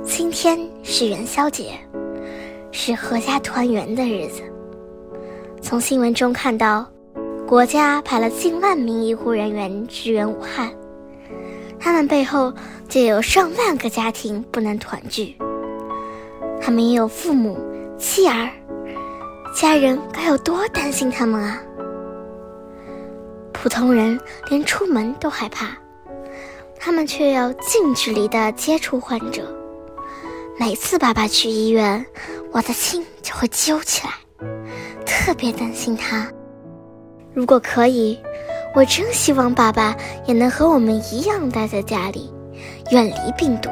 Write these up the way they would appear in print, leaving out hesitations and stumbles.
今天是元宵节，是阖家团圆的日子。从新闻中看到，国家派了近万名医护人员支援武汉，他们背后就有上万个家庭不能团聚，他们也有父母、妻儿，家人该有多担心他们啊！普通人连出门都害怕，他们却要近距离地接触患者。每次爸爸去医院，我的心就会揪起来，特别担心他。如果可以，我真希望爸爸也能和我们一样待在家里，远离病毒。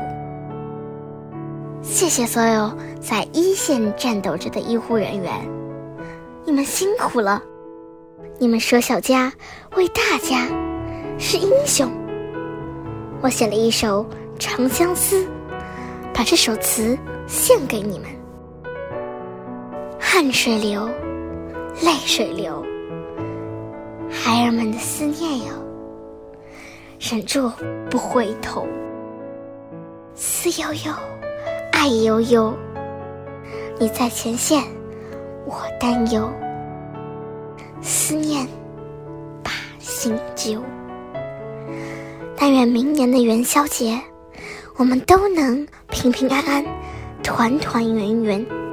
谢谢所有在一线战斗着的医护人员，你们辛苦了，你们舍小家为大家，是英雄。我写了一首《长相思》，把这首词献给你们。汗水流，泪水流，孩儿们的思念哟，忍住不回头。思悠悠，爱悠悠，你在前线，我担忧，思念把心揪。但愿明年的元宵节，我们都能平平安安，团团圆圆。